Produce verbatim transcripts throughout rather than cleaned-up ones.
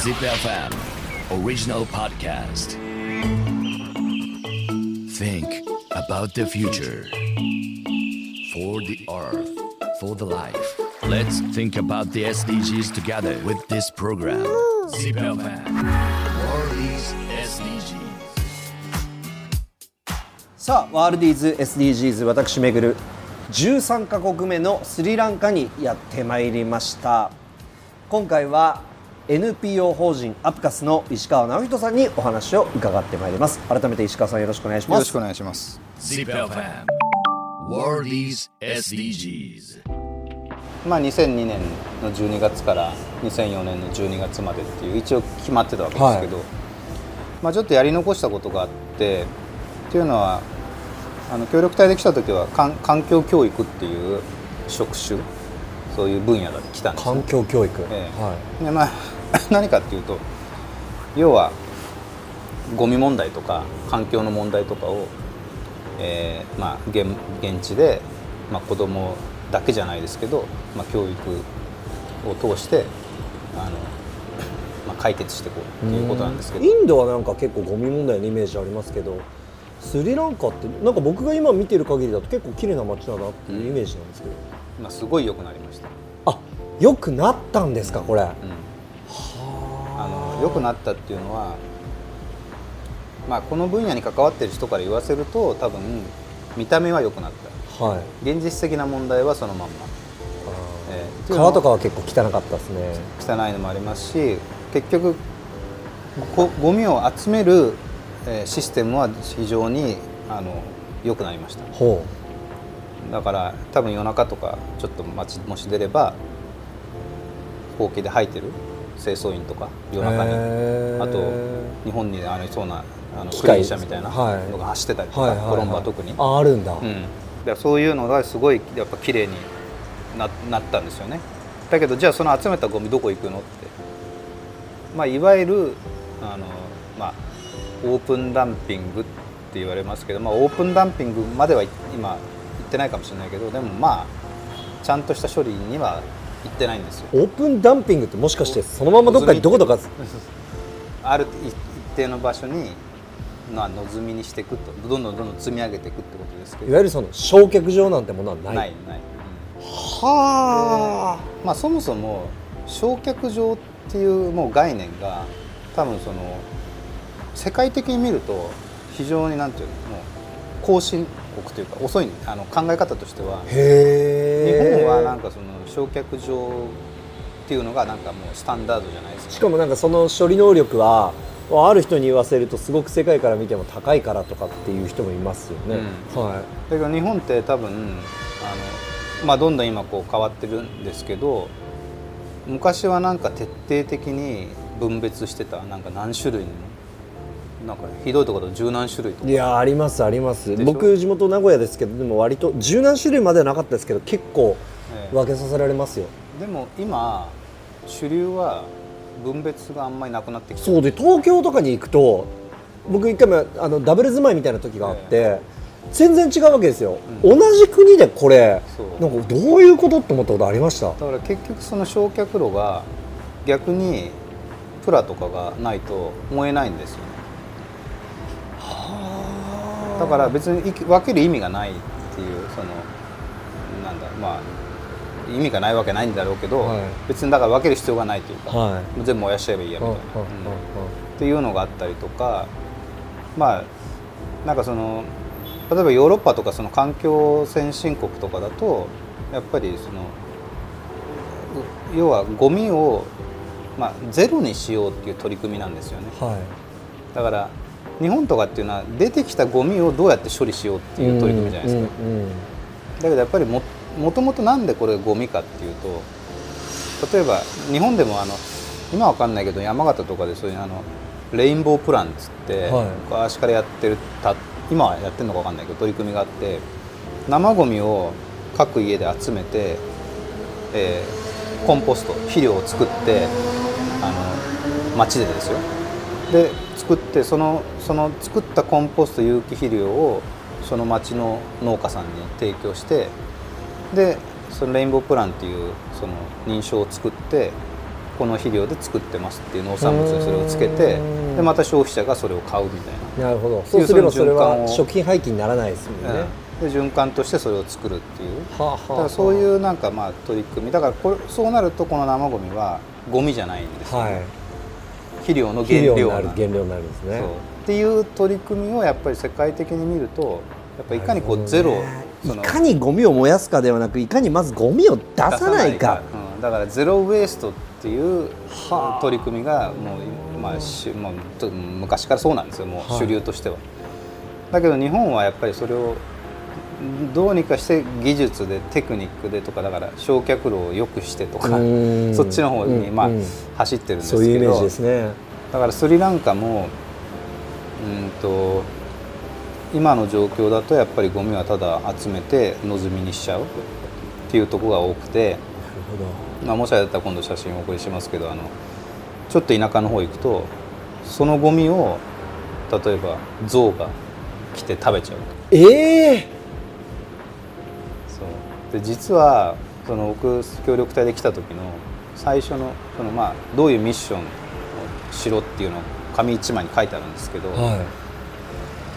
Zip エフエム Original Podcast. Think about the future. For the earth, for the life. Let's think about the エスディージーズ together with this program. Zip エフエム World is エスディージーズ. さあ、ワールディーズ エスディージーズ 私めぐるじゅうさんカ国目のスリランカにやってまいりました。今回は エヌピーオー 法人アプカスの石川直人さんにお話を伺ってまいります。改めて石川さんよろしくお願いします。 よろしくお願いします。 Zip エフエム World is エスディージーズ. まあにせんにねんのじゅうにがつからにせんよねんのじゅうにがつまでっていう一応決まってたわけですけど、はい、まあちょっとやり残したことがあってっていうのはあの協力隊で来た時は環境教育っていう職種そういう分野で来たんです、ね、 環境教育、 ええはい、 でまあ何かっていうと要はゴミ問題とか環境の問題とかを、えーまあ、現, 現地で、まあ、子どもだけじゃないですけど、まあ、教育を通してあの、まあ、解決していこうっていうことなんですけど、 インドはなんか結構ゴミ問題のイメージありますけどスリランカってなんか僕が今見てる限りだと結構綺麗な街だなっていうイメージなんですけど、 まあ、すごい良くなりました。 あ、良くなったんですかこれ、うん、はあの良くなったっていうのは、まあ、この分野に関わっている人から言わせると多分見た目は良くなった、はい、現実的な問題はそのまんま、 えー、川とかは結構汚かったですね。 汚いのもありますし結局ゴゴミを集めるシステムは非常にあの良くなりました。 ほう。 だから多分夜中とかちょっと街もし出ればほうきで吐いてる清掃員とか夜中にあと日本にありそうなあのクレーン車みたいなのが走ってたりとか、コロンボは特にあ, あるんだ、 うん、だそういうのがすごいやっぱ綺麗に な, なったんですよね。だけどじゃあその集めたゴミどこ行くのって、まあ、いわゆるあの、まあ、オープンダンピングって言われますけど、まあ、オープンダンピングまでは今言ってないかもしれないけどでもまあちゃんとした処理には行ってないんですよ。 オープンダンピングってもしかしてそのままどっかにどことかある一定の場所にまあ野積みにしていくとどんどんどんどん積み上げていくってことですけど、 いわゆるその焼却場なんてものはないないない、 うん、はあ、 まあそもそも焼却場っていうもう概念が多分その世界的に見ると非常になんていうのもう後進国というか遅いあの考え方としてはへ日本はなんかその焼却場っていうのがなんかもうスタンダードじゃないですか。 しかもなんかその処理能力はある人に言わせるとすごく世界から見ても高いからとかっていう人もいますよね、うん、はい、 だけど日本って多分あの、まあ、どんどん今こう変わってるんですけど昔はなんか徹底的に分別してたなんか何種類にもなんかひどいところ十何種類とか。 いやありますあります。僕地元名古屋ですけどでも割と十何種類まではなかったですけど結構分けさせられますよ、 ええ、でも今主流は分別があんまりなくなってきてそうで東京とかに行くと僕一回もあのダブル住まいみたいな時があって、ええ、全然違うわけですよ、うん、同じ国でこれなんかどういうことって思ったことありました。だから結局その焼却炉が逆にプラとかがないと燃えないんですよね。だから別に分ける意味がないっていうそのなんだまあ意味がないわけないんだろうけど、はい、別にだから分ける必要がないというか、はい、全部燃やしちゃえばいいやみたいな、うん、っていうのがあったりとかまあなんかその例えばヨーロッパとかその環境先進国とかだとやっぱりその要はゴミを、まあ、ゼロにしようっていう取り組みなんですよね、はい、だから日本とかっていうのは出てきたゴミをどうやって処理しようっていう取り組みじゃないですか、うんうんうん、だけどやっぱり も, もともとなんでこれゴミかっていうと例えば日本でもあの今は分かんないけど山形とかでそういうあのレインボープランっつって、はい、昔からやってるた今はやってるのか分かんないけど取り組みがあって生ゴミを各家で集めて、えー、コンポスト肥料を作ってあの町でですよで作ってそのその作ったコンポスト有機肥料をその町の農家さんに提供してでそのレインボープランっていうその認証を作ってここの肥料で作ってますっていう農産物にそれをつけて、でまた消費者がそれを買うみたいな。 なるほど。そうすればそれは食品廃棄にならないですもんね。 うん、で循環としてそれを作るっていう、 はあはあ、 だからそういうなんかまあ取り組みだからこれそうなるとこの生ゴミはゴミじゃないんですよ、ね、はい、肥料の原料になる原料になるんですね。 そうっていう取り組みをやっぱり世界的に見るとやっぱりいかにこうゼロ、 いかにゴミを燃やすかではなくいかにまずゴミを出さないか、 うん、だからゼロウェイストっていう取り組みがもう、まあ、しもう昔からそうなんですよ、もう主流としては、はい、だけど日本はやっぱりそれをどうにかして技術でテクニックでとかだから焼却炉を良くしてとかそっちの方にまあ走ってるんですけど、 そういうイメージですね。 だからスリランカもうんと今の状況だとやっぱりゴミはただ集めて野積みにしちゃうっていうところが多くて、なるほど、まあ、もしあれだったら今度写真をお送りしますけど、あのちょっと田舎の方行くとそのゴミを例えば象が来て食べちゃう。 ええー、 そうで実はその僕協力隊で来た時の最初のその、まあ、どういうミッションをしろっていうのを紙一枚に書いてあるんですけど、はい、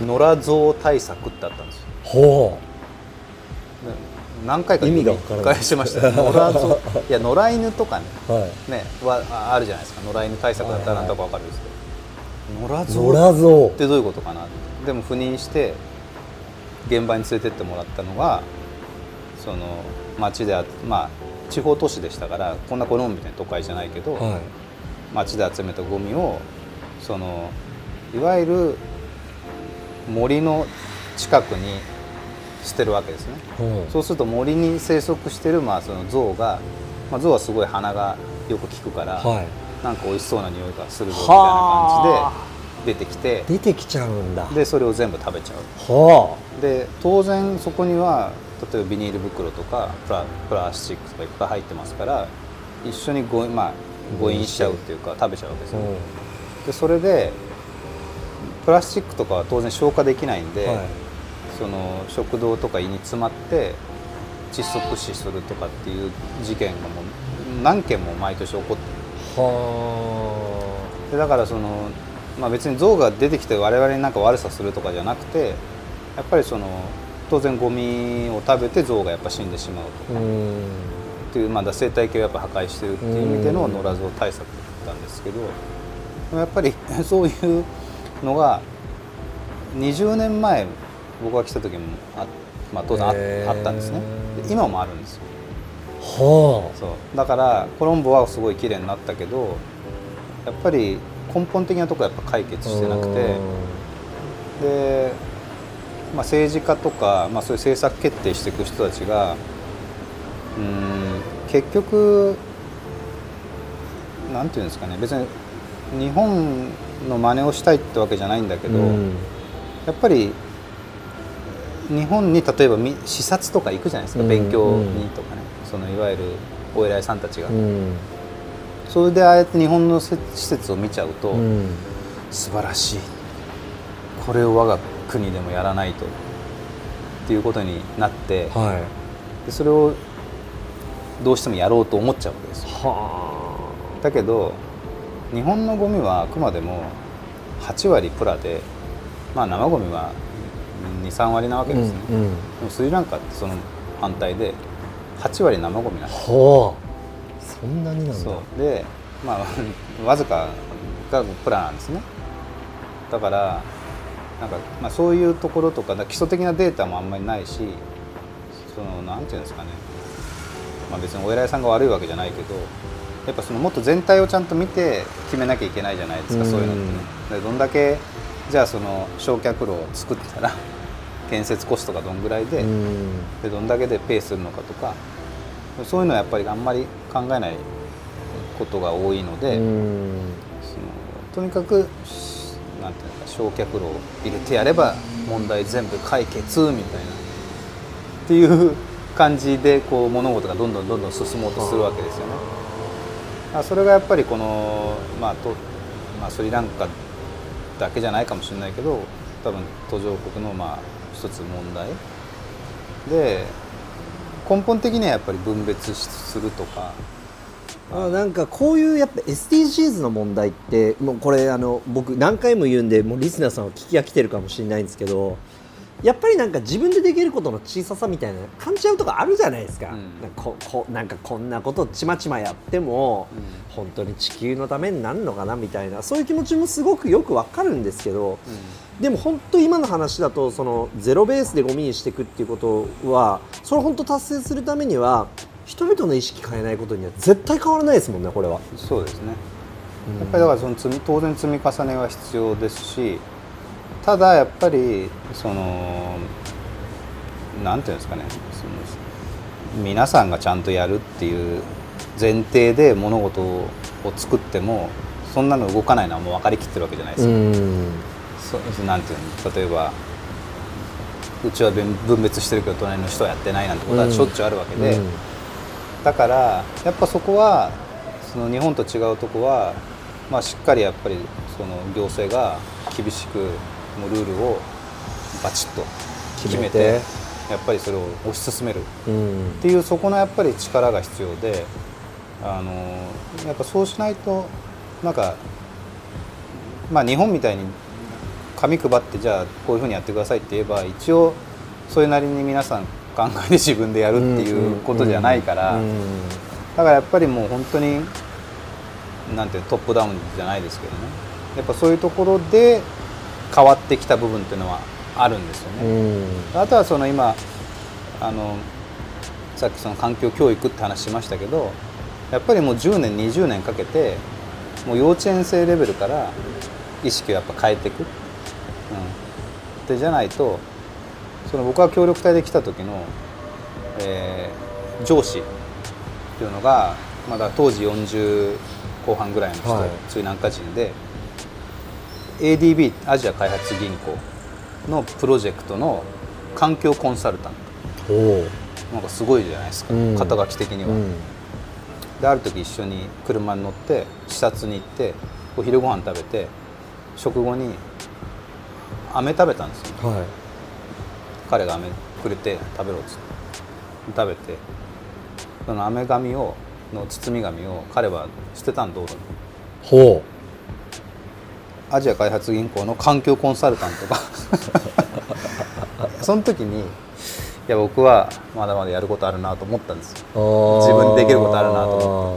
野良象対策ってあったんですよ。ほう、何回か意味が分からしました。野良象いや野良犬とかね、はい、ねはあるじゃないですか。野良犬対策だったら何とか分かるんですけど、はいはい、野良象ってどういうことかな。でも赴任して現場に連れてってもらったのがその町であ、まあ、地方都市でしたからこんなコロンみたいな都会じゃないけど、はい、町で集めたゴミをそのいわゆる森の近くに捨てるわけですね、うん、そうすると森に生息してる、まあ、その象が、まあ、象はすごい鼻がよく効くから、はい、なんか美味しそうな匂いがするぞみたいな感じで出てきて出てきちゃうんだ。 でそれを全部食べちゃう。はあ、で当然そこには例えばビニール袋とかプ ラ, プラスチックとかいっぱい入ってますから一緒にご、まあ、誤飲しちゃうっていうか食べちゃうわけですよ、ね、うん、でそれでプラスチックとかは当然消化できないんで、はい、その食道とか胃に詰まって窒息死するとかっていう事件がもう何件も毎年起こってる。はでだからその、まあ、別に象が出てきて我々に何か悪さするとかじゃなくてやっぱりその当然ゴミを食べて象がやっぱ死んでしまうとかっていう、まあ、生態系をやっぱ破壊してるっていう意味での野良象対策だったんですけど、やっぱりそういうのがにじゅうねんまえ僕が来た時もあ、まあ、当然 あ, あったんですね。で今もあるんですよ。はあ、そうだからコロンボはすごい綺麗になったけどやっぱり根本的なところはやっぱ解決してなくて、で、まあ、政治家とか、まあ、そういう政策決定していく人たちがうーん結局なんていうんですかね、別に日本の真似をしたいってわけじゃないんだけど、うん、やっぱり日本に例えば視察とか行くじゃないですか、うん、勉強にとかね、そのいわゆるお偉いさんたちが、うん、それでああやって日本の施設を見ちゃうと、うん、素晴らしい、これを我が国でもやらないとっていうことになって、はい、でそれをどうしてもやろうと思っちゃうわけですよ。はあ、だけど日本のゴミはあくまでもはちわりプラで、まあ、生ゴミはに、さんわりなわけですね、うんうん、でもスリランカってその反対ではちわり生ゴミなんです。はあ、そんなになんだ。 そうで、まあ、わずかがプラなんですね。だからなんか、まあ、そういうところとか基礎的なデータもあんまりないし、そのなんていうんですかね、まあ、別にお偉いさんが悪いわけじゃないけどやっぱそのもっと全体をちゃんと見て決めなきゃいけないじゃないですか、そういうのってね。でどんだけじゃあその焼却炉を作ったら建設コストがどんぐらいで、でどんだけでペイするのかとか、そういうのはやっぱりあんまり考えないことが多いので、そのとにかくなんていうか焼却炉を入れてやれば問題全部解決みたいなっていう感じでこう物事がどんどんどんどん進もうとするわけですよね。それがやっぱりこの、まあとまあ、スリランカだけじゃないかもしれないけど多分途上国のまあ一つ問題で、根本的にはやっぱり分別するとかあなんかこういうやっぱ エスディージーズ の問題ってもうこれあの僕何回も言うんでもうリスナーさんは聞き飽きてるかもしれないんですけど、やっぱりなんか自分でできることの小ささみたいな感じちゃうとこあるじゃないですか、うん、なんか こ, こ, なんかこんなことちまちまやっても、うん、本当に地球のためになるのかなみたいな、そういう気持ちもすごくよくわかるんですけど、うん、でも本当今の話だとそのゼロベースでゴミにしていくっていうことはそれ本当達成するためには人々の意識変えないことには絶対変わらないですもんね、これは。 そうですね、うん、やっぱりだからその積み当然積み重ねは必要ですし、ただやっぱりそのなんていうんですかね、その皆さんがちゃんとやるっていう前提で物事を作ってもそんなの動かないのはもう分かりきってるわけじゃないですか。うんそなんていうの、例えばうちは分別してるけど隣の人はやってないなんてことはしょっちゅうあるわけで、うんうん、だからやっぱそこはその日本と違うとこは、まあ、しっかりやっぱりその行政が厳しくもうルールをバチッと決めてやっぱりそれを推し進めるっていう、そこのやっぱり力が必要で、あのやっぱそうしないとなんか、まあ、日本みたいに紙配ってじゃあこういうふうにやってくださいって言えば一応それなりに皆さん考えて自分でやるっていうことじゃないから、だからやっぱりもう本当になんていうトップダウンじゃないですけどね、やっぱそういうところで変わってきた部分っていうのはあるんですよね。あとはその今あのさっきその環境教育って話しましたけど、やっぱりもうじゅうねんにじゅうねんかけてもう幼稚園生レベルから意識をやっぱ変えていく、うん、でじゃないとその僕が協力隊で来た時の、えー、上司っていうのがまだ当時よんじゅうこう半ぐらいの人、はい、スリランカ人で エーディービー アジア開発銀行のプロジェクトの環境コンサルタント、おなんかすごいじゃないですか、うん、肩書き的には、うん、である時一緒に車に乗って視察に行ってお昼ご飯食べて食後に飴食べたんですよ、はい、彼が飴くれて食べろっつって食べて、その飴紙をの包み紙を彼は捨てたん道路に。ほう。アジア開発銀行の環境コンサルタントがその時にいや僕はまだまだやることあるなと思ったんですよ。自分でできることあるなと思って、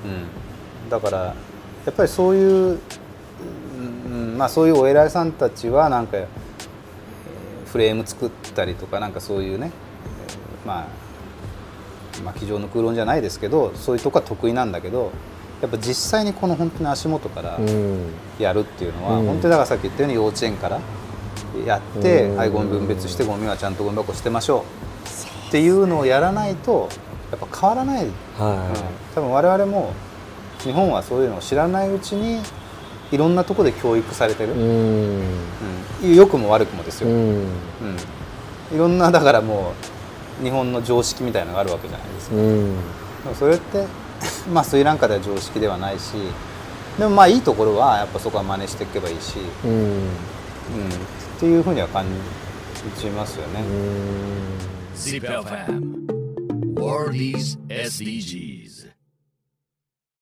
うん、だからやっぱりそういう、うんまあ、そういうお偉いさんたちはなんかフレーム作ったりとかなんかそういうね、まあまあ机上の空論じゃないですけどそういうとこは得意なんだけど、やっぱ実際にこの本当に足元からやるっていうのは、うん、本当にだからさっき言ったように幼稚園からやって、うん、はいゴミ分別してゴミはちゃんとゴミ箱捨てましょうっていうのをやらないとやっぱ変わらない、はいうん、多分我々も日本はそういうのを知らないうちにいろんなところで教育されてる、うんうん、良くも悪くもですよ、うんうん、いろんなだからもう日本の常識みたいなのがあるわけじゃないですか、うん、でもそれってまあスリランカでは常識ではないし、でもまあいいところはやっぱそこは真似していけばいいし、うんうん、っていうふうには感じますよね。 ジーピーエフエム World is エスディージー